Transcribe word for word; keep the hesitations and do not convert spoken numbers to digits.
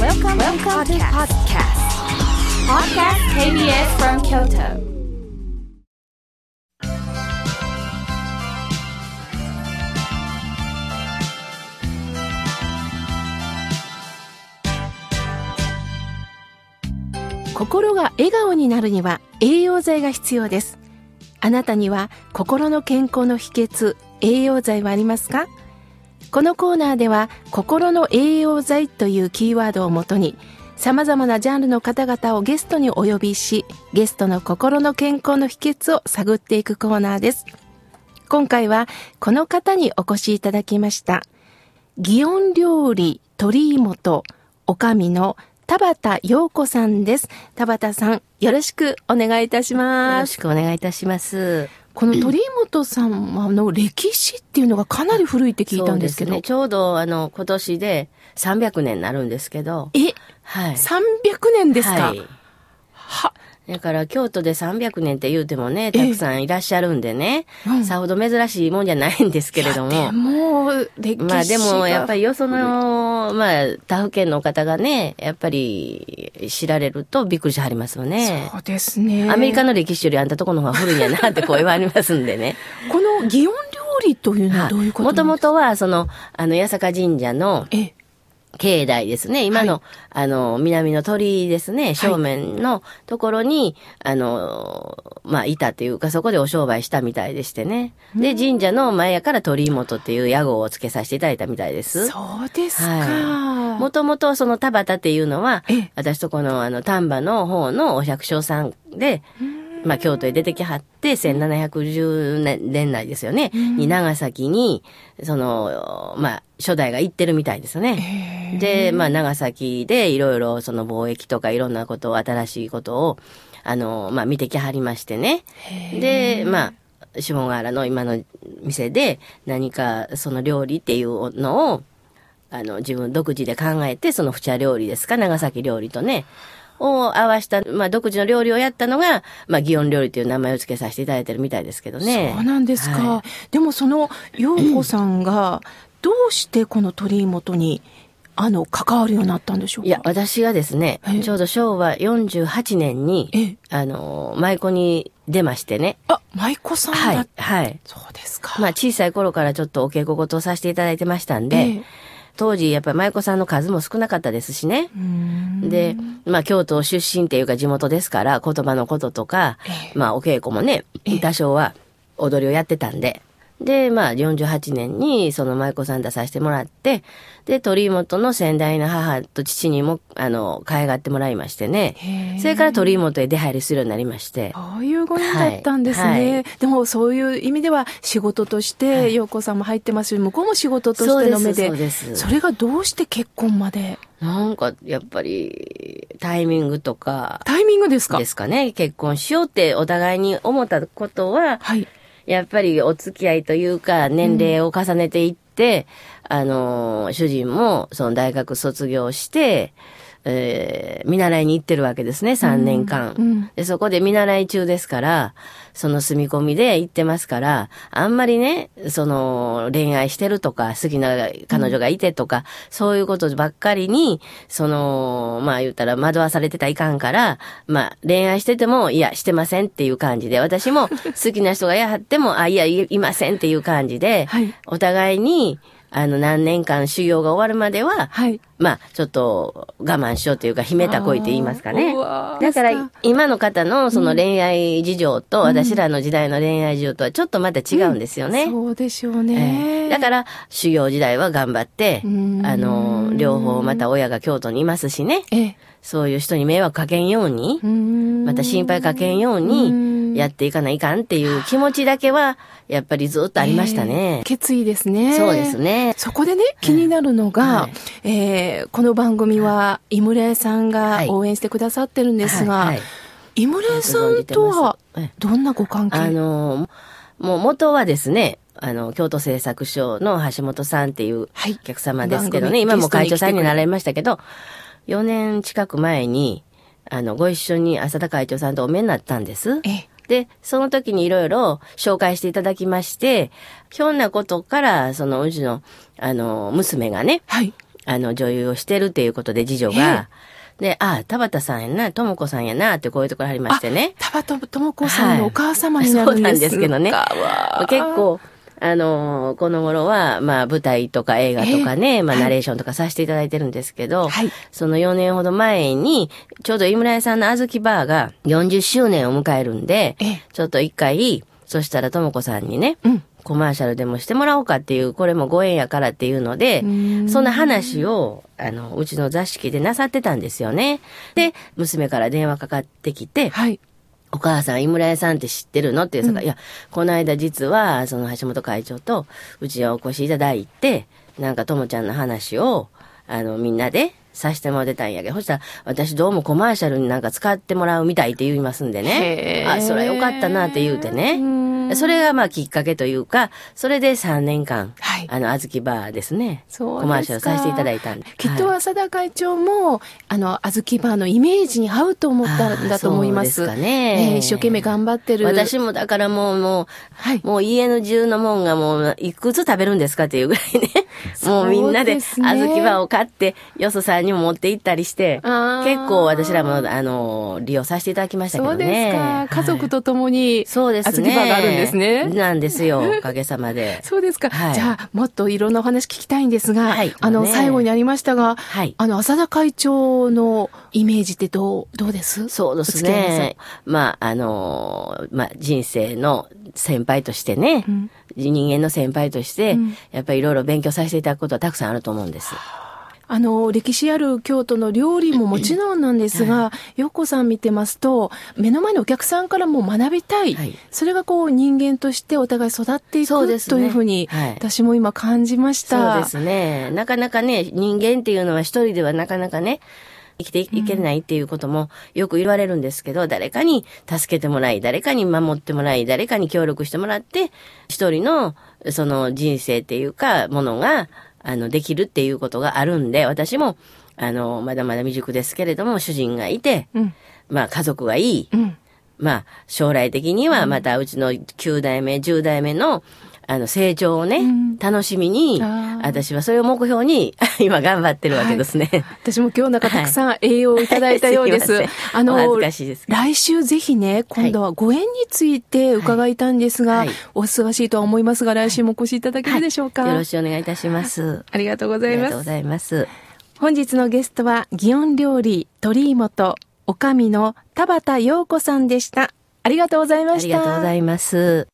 Welcome, Welcome to podcast. Podcast ケービーエス from Kyoto. 心が笑顔になるには栄養剤が必要です。あなたには心の健康の秘訣、栄養剤はありますか？このコーナーでは心の栄養剤というキーワードをもとに様々なジャンルの方々をゲストにお呼びし、ゲストの心の健康の秘訣を探っていくコーナーです。今回はこの方にお越しいただきました。祇園料理鳥居本おかみの田畑陽子さんです。田畑さん、よろしくお願いいたします。 よろしくお願いいたします。 この鳥居本さんの歴史っていうのがかなり古いって聞いたんですけど。 そうですね。ちょうどあの今年でさんびゃくねんになるんですけど。 え、 はい。 さんびゃくねんですか？ はい。 は。 だから京都でさんびゃくねんって言うてもね、たくさんいらっしゃるんでね、うん、さほど珍しいもんじゃないんですけれども。 でも、歴史が。 まあでもやっぱりよその、まあ他府県の方がね、やっぱり知られるとびっくりしはりますよね。 そうですね。 アメリカの歴史よりあんたとこの方が古いんやなってこう言われますんでね。 この祇園料理というのはどういうことなんですか？ もともとはその、あの、八坂神社の、え境内ですね。今の、はい、あの、南の鳥居ですね。正面のところに、はい、あの、まあ、いたというか、そこでお商売したみたいでしてね。で、神社の前やから鳥居本っていう屋号をつけさせていただいたみたいです。 そうですか。はい。 もともとその田畑っていうのは、私とこの、あの、丹波の方のお百姓さんで、まあ、京都へ出てきはって、せんななひゃくじゅうねんだいですよね。に、長崎に、その、まあ、初代が行ってるみたいですよね。で、まあ、長崎でいろいろその貿易とかいろんなことを、新しいことを、あの、まあ、見てきはりましてね。で、まあ、下ヶ原の今の店で何かその料理っていうのを、あの、自分独自で考えて、その普茶料理ですか、長崎料理とね、を合わした、まあ、独自の料理をやったのが、まあ、祇園料理という名前を付けさせていただいてるみたいですけどね。 そうなんですか。はい、でもその、陽子さんが、どうしてこの鳥居本に、あの、関わるようになったんでしょうか？ いや、私がですね、ちょうどしょうわよんじゅうはちねんに、あの、舞妓に出ましてね。 あ、舞妓さんだ。 はい、はい。 そうですか。 まあ、小さい頃からちょっとお稽古事をさせていただいてましたんで、ええ、当時やっぱり舞妓さんの数も少なかったですしね。で、まあ京都出身っていうか地元ですから言葉のこととか、ええ、まあお稽古もね、多少は踊りをやってたんで。で、まあよんじゅうはちねんにその舞妓さん出させてもらって、で、鳥居本の先代の母と父にも、あの、可愛がってもらいましてね。それから鳥居本へ出入りするようになりまして。 そういうご縁だったんですね。はいはい、でもそういう意味では仕事として、陽子さんも入ってますし、向こうも仕事としての目で。 そうです、そうです。 それがどうして結婚まで？ なんか、やっぱり、タイミングとか。 タイミングですか？ ですかね。結婚しようってお互いに思ったことは、はい。やっぱりお付き合いというか、年齢を重ねていって、うん、あの、主人も、その大学卒業して、えー、見習いに行ってるわけですね、さんねんかん、うんうん。で、そこで見習い中ですから、その住み込みで行ってますから、あんまりね、その、恋愛してるとか、好きな彼女がいてとか、うん、そういうことばっかりに、その、まあ言ったら惑わされてたらいかんから、まあ恋愛してても、いや、してませんっていう感じで、私も好きな人がやはっても、あ、いや、いませんっていう感じで、はい、お互いに、あの、何年間修行が終わるまでは、はい、まあ、ちょっと我慢しようというか、秘めた恋と言いますかね。だから、今の方のその恋愛事情と、うん、私らの時代の恋愛事情とはちょっとまた違うんですよね。 うん、そうでしょうね、 えー。だから、修行時代は頑張って、あの、両方また親が京都にいますしね。えー、そういう人に迷惑かけんように、また心配かけんように、やっていかないかんっていう気持ちだけは、やっぱりずっとありましたね。 えー、決意ですね。 そうですね。 そこでね、気になるのが、はい、えー、この番組は、井村さんが応援してくださってるんですが、はいはいはい、井村さんとは、どんなご関係？ あの、もう元はですね、あの、京都製作所の橋本さんっていうお客様ですけどね、はい、今も会長さんになられましたけど、よねん近く前に、あの、ご一緒に浅田会長さんとお目になったんです。えで、その時にいろいろ紹介していただきまして、ひょんなことから、そのうちの、あの、娘がね、はい、 あの、女優をしてるっていうことで、次女が。で、ああ、田畑さんやな、ともこさんやな、ってこういうところありましてね。 田畑ともこさんのお母様になるんです、はい、そうなんですけどね。結構、あの、この頃は、まあ、舞台とか映画とかね、まあ、ナレーションとかさせていただいてるんですけど、はい、そのよねんほど前に、ちょうど井村屋さんのあずきバーがよんじゅっしゅうねんを迎えるんで、ちょっと一回、そしたらともこさんにね、うん、コマーシャルでもしてもらおうかっていう、これもご縁やからっていうので、そんな話を、あの、うちの座敷でなさってたんですよね。で、娘から電話かかってきて、はい、お母さん、井村屋さんって知ってるのって言うから、うん、いや、この間実は、その橋本会長と、うちにお越しいただいて、なんかともちゃんの話を、あの、みんなでさせてもらってたんやけど、そしたら、私どうもコマーシャルになんか使ってもらうみたいって言いますんでね。あ、それはよかったなって言うてね。それがまあきっかけというか、それでさんねんかん、はい、あの、あずきバーですね。そうですか。コマーシャルさせていただいたんで。 きっと浅田会長も、あの、あずきバーのイメージに合うと思ったんだと思います。 そうですかね、 えー。一生懸命頑張ってる。 私もだからもう、もう、はい、もう家の中のもんがもう、いくつ食べるんですかっていうぐらいね。もうみんなで、あずきバーを買って、よそさんにも持って行ったりして、結構私らも、あの、利用させていただきましたけどね。 そうですか。家族と共に、 そうですね。 あずきバーがあるんですね。 なんですよ。おかげさまで。 そうですか。はい、じゃあ、もっといろんなお話聞きたいんですが、はい、あの、ね、最後にありましたが、はい、あの、浅田会長のイメージってどう、どうですそうですね。まあ、あの、まあ、人生の先輩としてね、うん、人間の先輩として、うん、やっぱりいろいろ勉強させていただくことはたくさんあると思うんです。 あの、歴史ある京都の料理ももちろんなんですが、陽子さん見てますと、目の前のお客さんからも学びたい。はい、それがこう人間としてお互い育っていく、ね、というふうに、はい、私も今感じました。 そうですね。なかなかね、人間っていうのは一人ではなかなかね、生きていけないっていうこともよく言われるんですけど、うん、誰かに助けてもらい、誰かに守ってもらい、誰かに協力してもらって、一人のその人生っていうか、ものが、あの、できるっていうことがあるんで、私も、あの、まだまだ未熟ですけれども、主人がいて、うん、まあ家族がいい、うん、まあ将来的にはまたうちのきゅうだいめ、じゅうだいめの、あの、成長をね、うん、楽しみに、私はそれを目標に、今頑張ってるわけですね。はい、 私も今日なんかたくさん栄養をいただいたようです。はい、あの、 恥ずかしいです。 来週ぜひね、今度はご縁について伺いたいんですが、はいはい、お忙しいとは思いますが、来週もお越しいただけるでしょうか。 はい、よろしくお願いいたします。 ありがとうございます。ありがとうございます。 本日のゲストは、祇園料理鳥本、おかみの田畑陽子さんでした。ありがとうございました。 ありがとうございます。